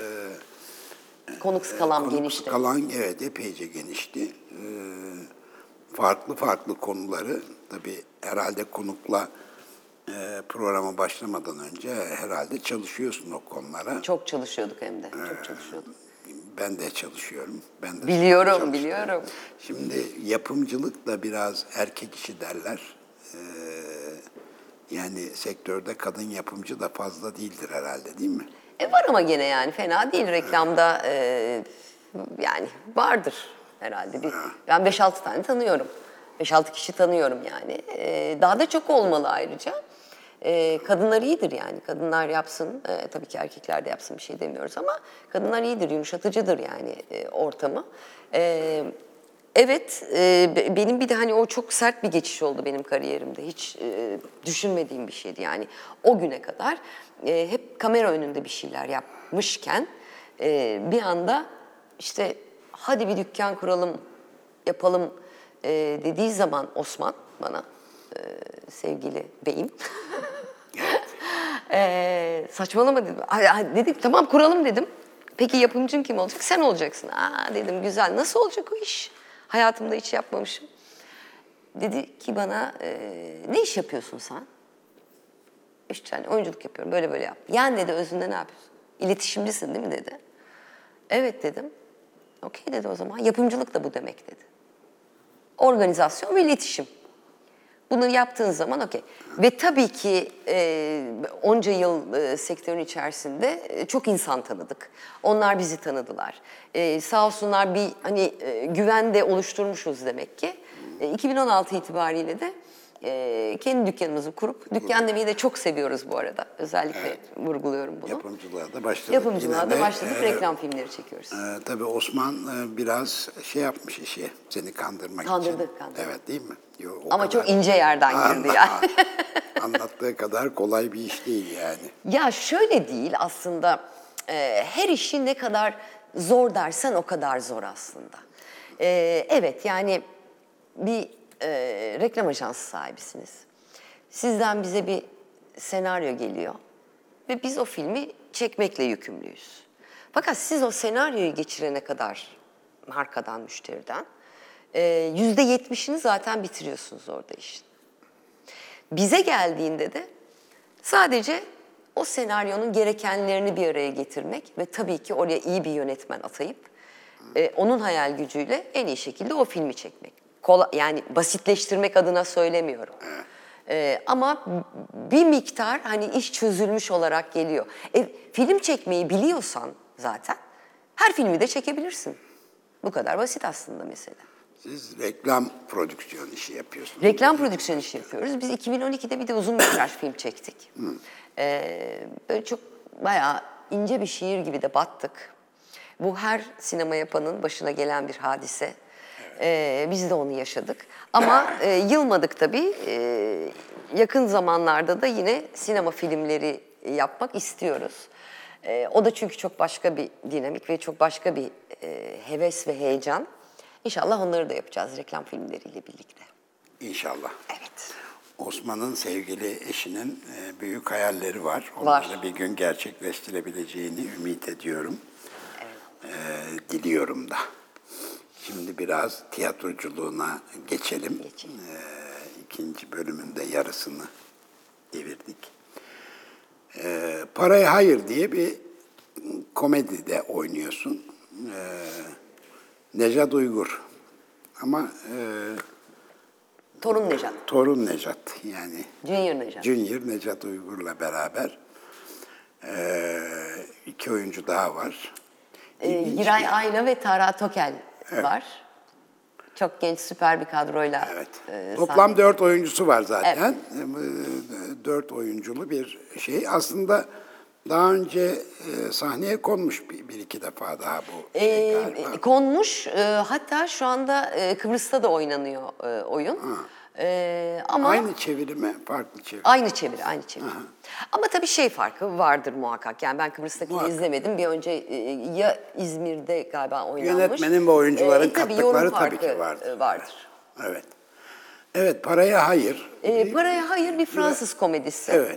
Konuk skalam konuk genişti. skalan, evet, epeyce genişti. Farklı farklı konuları, tabii herhalde konukla programa başlamadan önce herhalde çalışıyorsun o konulara. Çok çalışıyorduk hem de. Çok çalışıyorduk. Ben de çalışıyorum. Ben de Biliyorum, çalıştım. biliyorum. Şimdi yapımcılık da biraz erkek işi derler. Yani sektörde kadın yapımcı da fazla değildir herhalde, değil mi? Var ama gene yani fena değil reklamda, yani vardır herhalde. Ben 5-6 tane tanıyorum. 5-6 kişi tanıyorum yani. Daha da çok olmalı ayrıca. Kadınlar iyidir yani. Kadınlar yapsın. Tabii ki erkekler de yapsın, bir şey demiyoruz ama kadınlar iyidir, yumuşatıcıdır yani ortamı. Evet, benim bir de hani o çok sert bir geçiş oldu benim kariyerimde. Hiç düşünmediğim bir şeydi yani. O güne kadar hep kamera önünde bir şeyler yapmışken bir anda işte hadi bir dükkan kuralım, yapalım dediği zaman Osman bana, sevgili beyim, saçmalama dedim. Dedim tamam kuralım dedim. Peki yapımcın kim olacak? Sen olacaksın. Aa dedim, güzel. Nasıl olacak o iş? Hayatımda hiç yapmamışım. Dedi ki bana, ne iş yapıyorsun sen? İşte hani oyunculuk yapıyorum, böyle böyle yap. Yani dedi, özünde ne yapıyorsun? İletişimcisin değil mi dedi. Evet dedim. Okey dedi, o zaman yapımcılık da bu demek dedi. Organizasyon ve iletişim. Bunu yaptığın zaman okey. Ve tabii ki onca yıl sektörün içerisinde çok insan tanıdık. Onlar bizi tanıdılar. Sağ olsunlar, bir hani güven de oluşturmuşuz demek ki. 2016 itibariyle de kendi dükkanımızı kurup, dükkan demeyi de çok seviyoruz bu arada. Özellikle vurguluyorum bunu. Yapımcılığa da başladık. Yapımcılığa da başladık, Yine de, reklam filmleri çekiyoruz. Tabii Osman biraz şey yapmış işi, seni kandırmak için. Kandırdı. Evet, değil mi? Yo, Ama çok ince yerden girdi yani. Anlattığı kadar kolay bir iş değil yani. Ya şöyle değil aslında, her işi ne kadar zor dersen o kadar zor aslında. Evet yani bir reklam ajansı sahibisiniz. Sizden bize bir senaryo geliyor ve biz o filmi çekmekle yükümlüyüz. Fakat siz o senaryoyu geçirene kadar markadan, müşteriden %70'ini zaten bitiriyorsunuz orada işin. Bize geldiğinde de sadece o senaryonun gerekenlerini bir araya getirmek ve tabii ki oraya iyi bir yönetmen atayıp onun hayal gücüyle en iyi şekilde o filmi çekmek. Yani basitleştirmek adına söylemiyorum. Ama bir miktar hani iş çözülmüş olarak geliyor. Film çekmeyi biliyorsan zaten her filmi de çekebilirsin. Bu kadar basit aslında mesela. Siz reklam prodüksiyon işi yapıyorsunuz. Reklam prodüksiyon işi yapıyoruz. Biz 2012'de bir de uzun metraj film çektik. Böyle çok bayağı ince bir şiir gibi de battık. Bu her sinema yapanın başına gelen bir hadise. Biz de onu yaşadık. Ama yılmadık tabii. Yakın zamanlarda da yine sinema filmleri yapmak istiyoruz. O da çünkü çok başka bir dinamik ve çok başka bir heves ve heyecan. İnşallah onları da yapacağız reklam filmleriyle birlikte. İnşallah. Evet. Osman'ın sevgili eşinin büyük hayalleri var. Var. Onları bir gün gerçekleştirebileceğini ümit ediyorum. Evet. Diliyorum da. Şimdi biraz tiyatroculuğuna geçelim. İkinci bölümünde yarısını devirdik. Paraya Hayır diye bir komedide oynuyorsun. Nejat Uygur. Ama Torun Nejat. torun Nejat yani. Junior Nejat. Junior Nejat Uygur'la beraber. 2 oyuncu daha var. Giray Ayla ve Tara Tokel var. Çok genç, süper bir kadroyla. Evet. Toplam 4 oyuncusu var zaten. Evet. 4 oyunculu bir şey. Aslında daha önce sahneye konmuş bir iki defa daha bu şey galiba. Konmuş. Hatta şu anda Kıbrıs'ta da oynanıyor oyun. Ama Aynı çeviri mi? Farklı çeviri. Aynı çeviri. Ama tabii şey farkı vardır muhakkak. Yani ben Kıbrıs'takini izlemedim. Bir önce ya İzmir'de galiba oynanmış. Yönetmenin ve oyuncuların tabii kattıkları yorum tabii ki farkı vardır. Evet. Evet, Paraya Hayır. Paraya Hayır bir Fransız komedisi. Evet.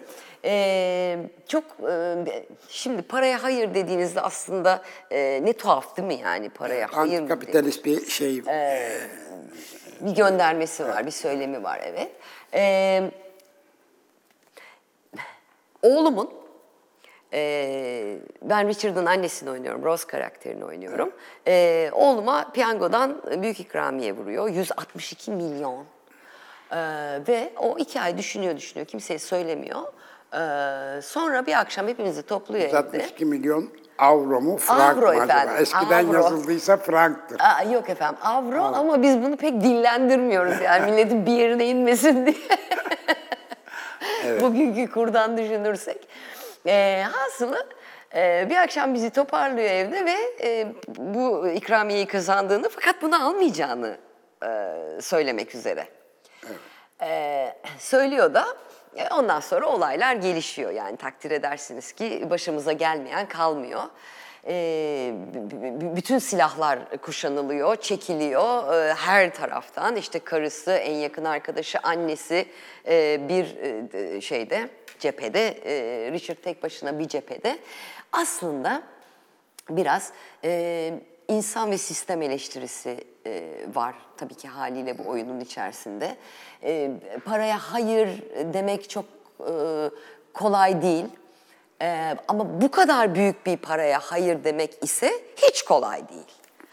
Şimdi Paraya Hayır dediğinizde aslında ne tuhaf değil mi yani Paraya Hayır? Antikapitalist bir şey. Bir göndermesi var, bir söylemi var, evet. Oğlumun, ben Richard'ın annesini oynuyorum, Rose karakterini oynuyorum. Oğluma piyangodan büyük ikramiye vuruyor, 162 milyon. Ve o 2 ay düşünüyor, kimseye söylemiyor. Sonra bir akşam hepimizi topluyor evde. 162 milyon avro mu, frank mı acaba? Efendim, Eskiden avro. yazıldıysa franktır. Yok efendim, avro ama biz bunu pek dillendirmiyoruz yani milletin bir yerine inmesin diye. Evet. Bugünkü kurdan düşünürsek. Hasılı bir akşam bizi toparlıyor evde ve bu ikramiyeyi kazandığını fakat bunu almayacağını söylemek üzere. Evet. Söylüyor da ondan sonra olaylar gelişiyor yani takdir edersiniz ki başımıza gelmeyen kalmıyor. Bütün silahlar kuşanılıyor, çekiliyor her taraftan. İşte karısı, en yakın arkadaşı, annesi bir cephede, Richard tek başına bir cephede. Aslında biraz insan ve sistem eleştirisi var tabii ki haliyle bu oyunun içerisinde. Paraya hayır demek çok kolay değil. Ama bu kadar büyük bir paraya hayır demek ise hiç kolay değil.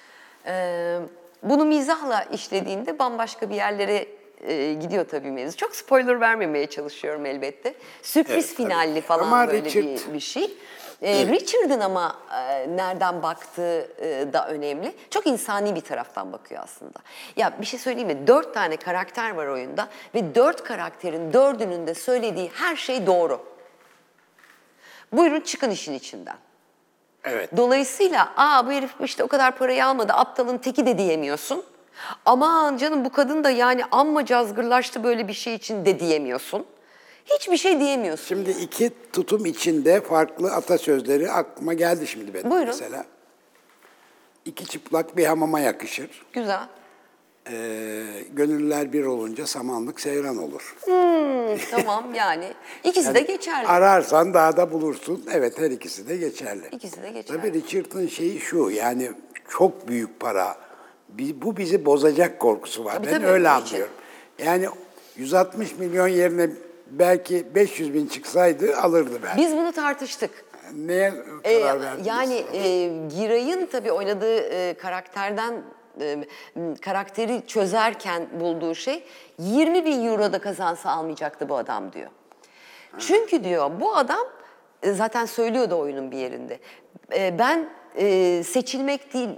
Bunu mizahla işlediğinde bambaşka bir yerlere gidiyor tabii mevzu. Çok spoiler vermemeye çalışıyorum elbette. Sürpriz finalli falan ama böyle Richard, bir şey. Richard'ın ama nereden baktığı da önemli. Çok insani bir taraftan bakıyor aslında. Ya bir şey söyleyeyim mi? 4 tane karakter var oyunda ve 4 karakterin 4'ünün de söylediği her şey doğru. Buyurun çıkın işin içinden. Evet. Dolayısıyla bu herif işte o kadar parayı almadı, aptalın teki de diyemiyorsun. Aman canım bu kadın da yani amma cazgırlaştı böyle bir şey için de diyemiyorsun. Hiçbir şey diyemiyorsun. Şimdi 2 tutum içinde farklı atasözleri aklıma geldi şimdi benim. Buyurun. Mesela. 2 çıplak bir hamama yakışır. Güzel. Gönüller bir olunca samanlık seyran olur. Tamam yani ikisi de geçerli. Ararsan dağda bulursun. Evet, her ikisi de geçerli. İkisi de geçerli. Tabii Richard'ın şeyi şu, yani çok büyük para bu bizi bozacak korkusu var. Ben öyle anlıyorum. Yani 160 milyon yerine belki 500 bin çıksaydı alırdı belki. Biz bunu tartıştık. Neye karar verdiniz? Yani Giray'ın tabii oynadığı karakterden karakteri çözerken bulduğu şey 20 bin euro da kazansa almayacaktı bu adam diyor. Çünkü diyor bu adam zaten söylüyordu oyunun bir yerinde. Ben seçilmek değil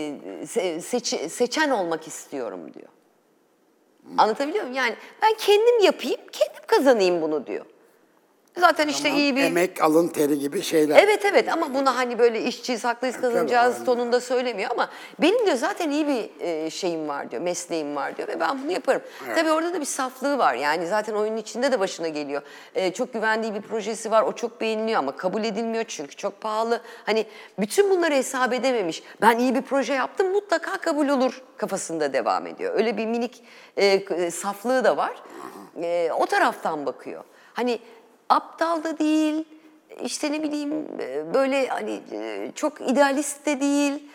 seçen olmak istiyorum diyor. Anlatabiliyor muyum? Yani ben kendim yapayım, kendim kazanayım bunu diyor. Zaten işte iyi bir... Emek, alın teri gibi şeyler. Evet ama bunu hani böyle işçiyiz, haklıyız, kazanacağız tonunda söylemiyor ama benim diyor zaten iyi bir şeyim var diyor, mesleğim var diyor ve ben bunu yaparım. Evet. Tabii orada da bir saflığı var yani zaten oyunun içinde de başına geliyor. Çok güvendiği bir projesi var, o çok beğeniliyor ama kabul edilmiyor çünkü çok pahalı. Hani bütün bunları hesap edememiş. Ben iyi bir proje yaptım mutlaka kabul olur kafasında devam ediyor. Öyle bir minik saflığı da var. O taraftan bakıyor. Hani aptal da değil, işte ne bileyim böyle hani çok idealist de değil.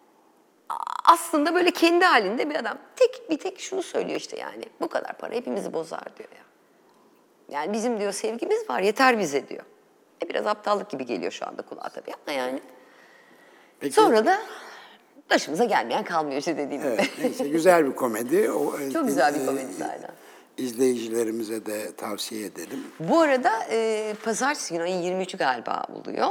Aslında böyle kendi halinde bir adam. Bir tek şunu söylüyor işte yani bu kadar para hepimizi bozar diyor ya. Yani bizim diyor sevgimiz var yeter bize diyor. Biraz aptallık gibi geliyor şu anda kulağa tabii ama yani. Peki. Sonra da başımıza gelmeyen kalmıyor işte dediğim gibi. Neyse güzel bir komedi. Çok güzel bir komedi zaten. İzleyicilerimize de tavsiye edelim. Bu arada pazartesi günü ayın 23'ü galiba oluyor.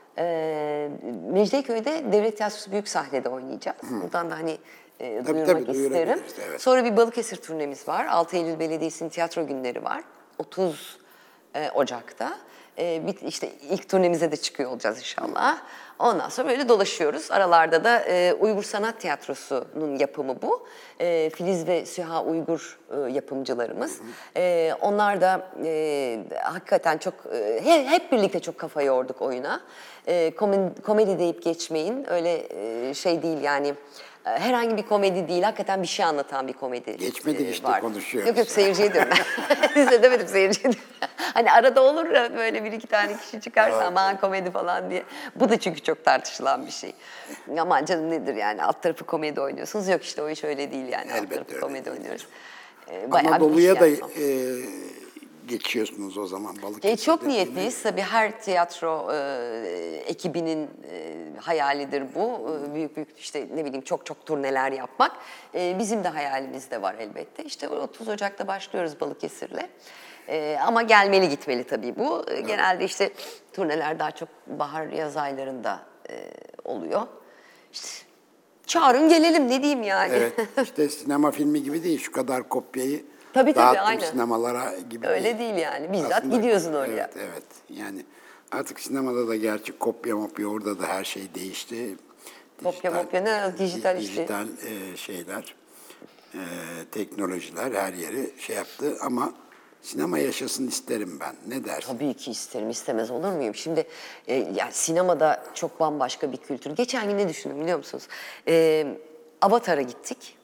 Mecidiyeköy'de Devlet Tiyatrosu büyük sahnede oynayacağız. Buradan da hani duyurmak isterim. Evet. Sonra bir Balıkesir turnemiz var. 6 Eylül Belediyesi'nin tiyatro günleri var. 30 Ocak'ta. İşte ilk turnemize de çıkıyor olacağız inşallah. Ondan sonra böyle dolaşıyoruz. Aralarda da Uygur Sanat Tiyatrosu'nun yapımı bu. Filiz ve Süha Uygur yapımcılarımız. Onlar da hakikaten çok, hep birlikte çok kafa yorduk oyuna. Komedi deyip geçmeyin. Öyle şey değil yani. Herhangi bir komedi değil, hakikaten bir şey anlatan bir komedi Geçmedik işte var. konuşuyoruz. Yok seyirciye diyorum ben. Size demedim seyirciye diyorum. Hani arada olur ya böyle bir iki tane kişi çıkarsa aman komedi falan diye. Bu da çünkü çok tartışılan bir şey. Aman canım nedir yani alt tarafı komedi oynuyorsunuz. Yok işte o iş öyle değil yani Elbette alt tarafı komedi oynuyoruz. Anadolu'ya da geçiyorsunuz o zaman Balıkesir'de. Çok niyetliyiz. Tabii her tiyatro ekibinin hayalidir bu. Büyük işte ne bileyim çok turneler yapmak. Bizim de hayalimiz de var elbette. İşte 30 Ocak'ta başlıyoruz Balıkesir'le. Ama gelmeli gitmeli tabii bu. Genelde işte turneler daha çok bahar yaz aylarında oluyor. İşte çağırın gelelim ne diyeyim yani. Evet işte sinema filmi gibi değil şu kadar kopyayı tabii, dağıttım aynen. Sinemalara gibi öyle değil yani. Bizzat aslında, gidiyorsun oraya. Evet. Yani artık sinemada da gerçi kopya orada da her şey değişti. Kopya ne? Dijital işte. Dijital şeyler, teknolojiler her yeri şey yaptı ama sinema yaşasın isterim ben. Ne dersin? Tabii ki isterim. İstemez olur muyum? Şimdi yani sinemada çok bambaşka bir kültür. Geçen gün ne düşündüm biliyor musunuz? Avatar'a gittik.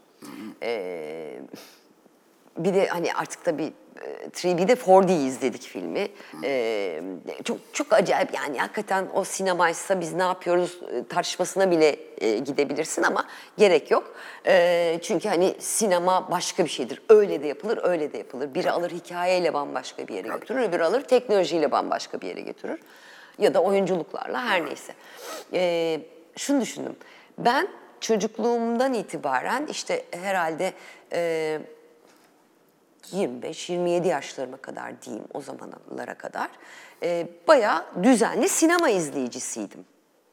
Bir de hani artık tabii 3D'de 4D izledik filmi. Çok acayip yani hakikaten o sinemaysa biz ne yapıyoruz tartışmasına bile gidebilirsin ama gerek yok. Çünkü hani sinema başka bir şeydir. Öyle de yapılır, öyle de yapılır. Biri alır hikayeyle bambaşka bir yere götürür, öbürü alır teknolojiyle bambaşka bir yere götürür. Ya da oyunculuklarla her neyse. Şunu düşündüm. Ben çocukluğumdan itibaren işte herhalde 25-27 yaşlarıma kadar diyeyim o zamanlara kadar bayağı düzenli sinema izleyicisiydim.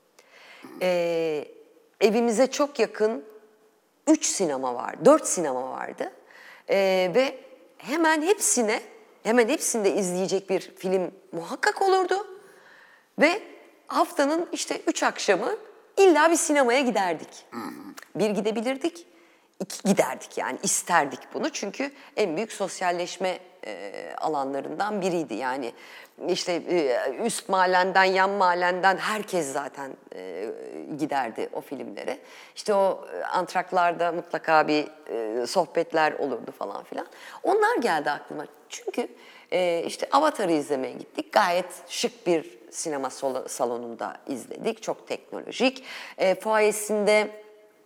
Evimize çok yakın 3 sinema var, 4 sinema vardı ve hemen hepsinde izleyecek bir film muhakkak olurdu ve haftanın işte 3 akşamı illa bir sinemaya giderdik. Bir gidebilirdik. 2 giderdik yani isterdik bunu çünkü en büyük sosyalleşme alanlarından biriydi yani işte üst mahallenden yan mahallenden herkes zaten giderdi o filmlere işte o antraklarda mutlaka bir sohbetler olurdu falan filan onlar geldi aklıma çünkü işte Avatar'ı izlemeye gittik gayet şık bir sinema salonunda izledik çok teknolojik fuayesinde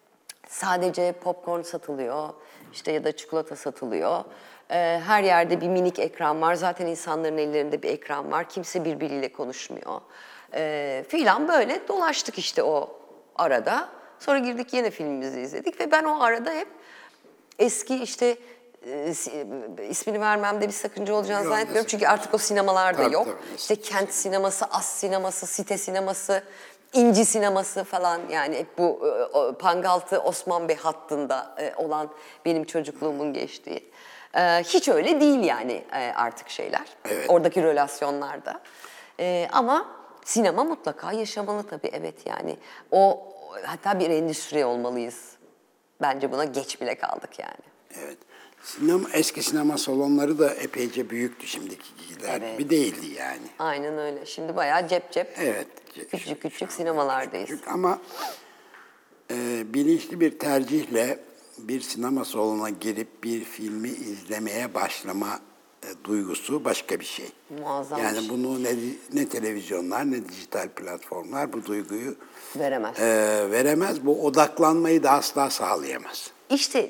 Sadece popcorn satılıyor, işte ya da çikolata satılıyor. Her yerde bir minik ekran var. Zaten insanların ellerinde bir ekran var. Kimse birbiriyle konuşmuyor. Filan böyle dolaştık işte o arada. Sonra girdik yine filmimizi izledik ve ben o arada hep eski işte ismini vermemde bir sakınca olacağını Yok, zannetmiyorum. Çünkü artık o sinemalarda tabii, yok. tabii. İşte kent sineması, as sineması, site sineması, İnci sineması falan, yani bu Pangaltı Osman Bey hattında olan benim çocukluğumun geçtiği. Hiç öyle değil yani artık şeyler. Evet. Oradaki relasyonlarda. Ama sinema mutlaka yaşamalı tabii, evet yani. Hatta bir endüstri olmalıyız. Bence buna geç bile kaldık yani. Evet. Eski sinema salonları da epeyce büyüktü, şimdikiler Evet. gibi değildi yani. Aynen öyle. Şimdi bayağı cep cep, Evet. küçük küçük sinemalardayız. Küçük ama bilinçli bir tercihle bir sinema salonuna girip bir filmi izlemeye başlama duygusu başka bir şey. Muazzam bir Yani şey. bunu ne televizyonlar ne dijital platformlar bu duyguyu Veremez. veremez. Bu odaklanmayı da asla sağlayamaz. İşte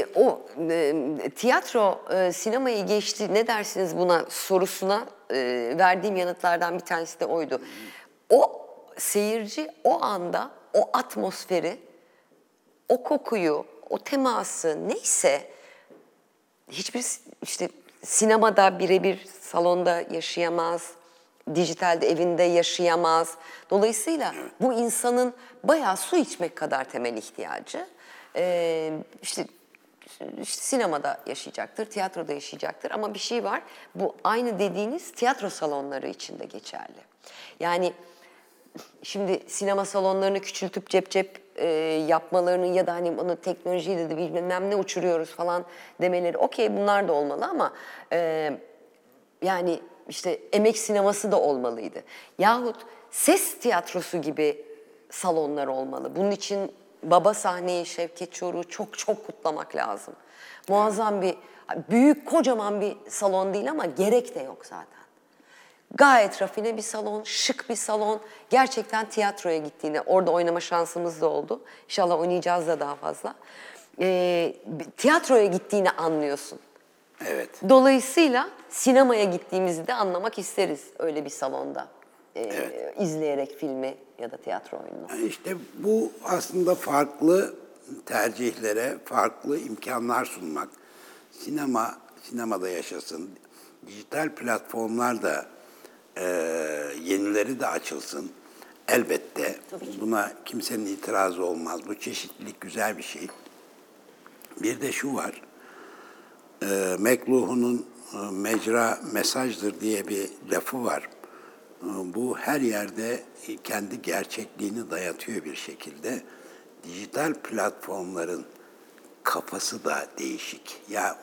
tiyatro sinemayı geçti, ne dersiniz buna sorusuna verdiğim yanıtlardan bir tanesi de oydu. O seyirci o anda o atmosferi, o kokuyu, o teması neyse hiçbir işte sinemada birebir salonda yaşayamaz, dijitalde evinde yaşayamaz. Dolayısıyla bu insanın bayağı su içmek kadar temel ihtiyacı. İşte sinemada yaşayacaktır, tiyatroda yaşayacaktır ama bir şey var. Bu aynı dediğiniz tiyatro salonları için de geçerli. Yani şimdi sinema salonlarını küçültüp cep cep yapmalarını ya da hani onu teknolojiyle de bilmem ne uçuruyoruz falan demeleri okey, bunlar da olmalı ama yani işte emek sineması da olmalıydı. Yahut ses tiyatrosu gibi salonlar olmalı. Bunun için baba sahneyi, Şevket Çoruk'u çok çok kutlamak lazım. Muazzam bir, büyük kocaman bir salon değil ama gerek de yok zaten. Gayet rafine bir salon, şık bir salon. Gerçekten tiyatroya gittiğinde, orada oynama şansımız da oldu. İnşallah oynayacağız da daha fazla. Tiyatroya gittiğini anlıyorsun. Evet. Dolayısıyla sinemaya gittiğimizi de anlamak isteriz öyle bir salonda. İzleyerek filmi ya da tiyatro oyununu. İşte bu aslında farklı tercihlere farklı imkanlar sunmak. Sinemada yaşasın. Dijital platformlar da yenileri de açılsın. Elbette buna kimsenin itirazı olmaz. Bu çeşitlilik güzel bir şey. Bir de şu var. McLuhan'ın mecra mesajdır diye bir lafı var. Bu her yerde kendi gerçekliğini dayatıyor bir şekilde. Dijital platformların kafası da değişik. Ya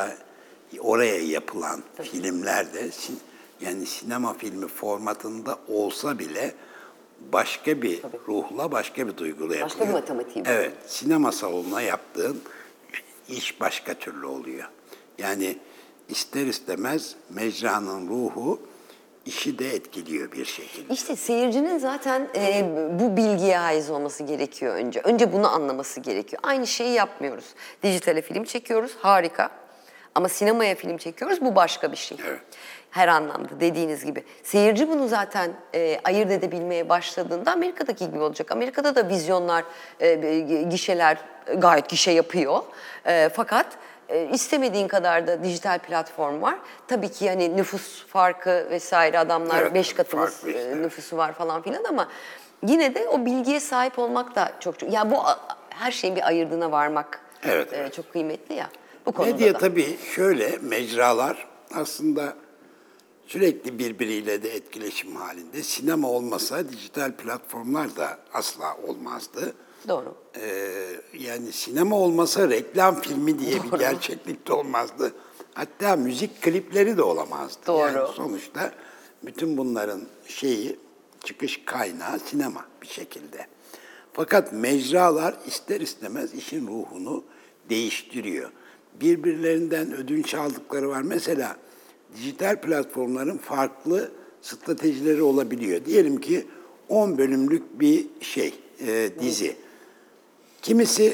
oraya yapılan filmler de yani sinema filmi formatında olsa bile başka bir ruhla, başka bir duyguyla yapılıyor. Başka bir matematiği var. Evet, sinema salonuna yaptığın iş başka türlü oluyor. Yani ister istemez mecranın ruhu işi de etkiliyor bir şekilde. İşte seyircinin zaten bu bilgiye haiz olması gerekiyor önce. Önce bunu anlaması gerekiyor. Aynı şeyi yapmıyoruz. Dijitale film çekiyoruz, harika. Ama sinemaya film çekiyoruz, bu başka bir şey. Evet. Her anlamda dediğiniz gibi. Seyirci bunu zaten ayırt edebilmeye başladığında Amerika'daki gibi olacak. Amerika'da da vizyonlar, gişeler gayet gişe yapıyor. Fakat istemediğin kadar da dijital platform var. Tabii ki yani nüfus farkı vesaire, adamlar Evet, 5 katımız farklı işte. nüfusu var falan filan ama yine de o bilgiye sahip olmak da çok... Ya bu her şeyin bir ayırdığına varmak Evet. çok kıymetli ya. Bu konuda Medya da. tabii şöyle, mecralar aslında sürekli birbiriyle de etkileşim halinde. Sinema olmasa dijital platformlar da asla olmazdı. Doğru. Yani sinema olmasa reklam filmi diye bir gerçeklik de olmazdı. Hatta müzik klipleri de olamazdı. Doğru. Yani sonuçta bütün bunların çıkış kaynağı sinema bir şekilde. Fakat mecralar ister istemez işin ruhunu değiştiriyor. Birbirlerinden ödünç aldıkları var. Mesela dijital platformların farklı stratejileri olabiliyor. Diyelim ki 10 bölümlük bir dizi. Kimisi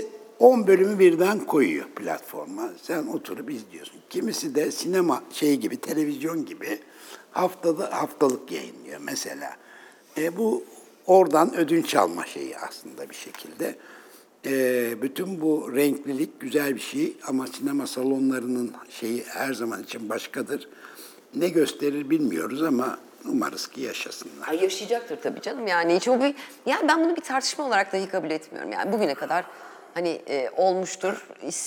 10 bölümü birden koyuyor platforma. Sen oturup izliyorsun. Kimisi de sinema gibi, televizyon gibi haftalık yayınlıyor mesela. Bu oradan ödünç alma şeyi aslında bir şekilde. Bütün bu renklilik güzel bir şey ama sinema salonlarının şeyi her zaman için başkadır. Ne gösterir bilmiyoruz ama umarız ki yaşasınlar. Ay, yaşayacaktır tabii canım. Yani yani ben bunu bir tartışma olarak dahi kabul etmiyorum. Yani bugüne kadar hani olmuştur.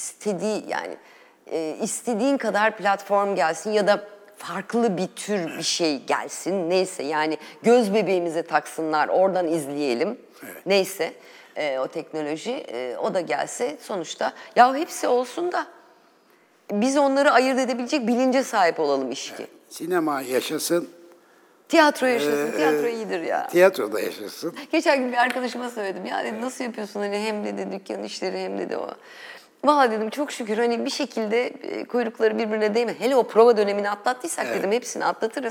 İstediğin kadar platform gelsin ya da farklı bir tür bir şey gelsin. Neyse yani göz bebeğimize taksınlar, oradan izleyelim. Evet. Neyse o teknoloji o da gelse sonuçta ya hepsi olsun da biz onları ayırt edebilecek bilince sahip olalım işki. Evet. Sinema yaşasın. Tiyatro yaşasın, tiyatro iyidir ya. Tiyatro da yaşasın. Geçen gün bir arkadaşıma söyledim. Ya dedim nasıl yapıyorsun hani hem dedi dükkan işleri hem dedi o. Valla dedim çok şükür hani bir şekilde kuyrukları birbirine değmedi. Hele o prova dönemini atlattıysak dedim hepsini atlatırız.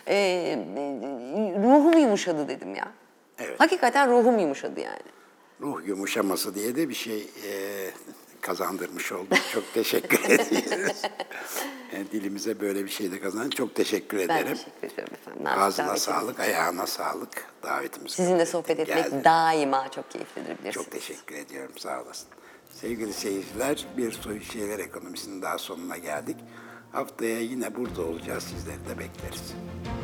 Ruhum yumuşadı dedim ya. Evet. Hakikaten ruhum yumuşadı yani. Ruh yumuşaması diye de bir şey kazandırmış olduk. Çok teşekkür ediyoruz. Dilimize böyle bir şey de kazandın. Çok teşekkür ederim. Ben teşekkür ederim efendim. Ağzına sağlık, ayağına sağlık. Davetimizi Sizinle kabul sohbet ettin, etmek geldin. daima çok keyiflidir bilirsiniz. Çok teşekkür ediyorum, sağ olasın. Sevgili seyirciler, bir Soyut Şeyler Ekonomisi'nin daha sonuna geldik. Haftaya yine burada olacağız, sizleri de bekleriz.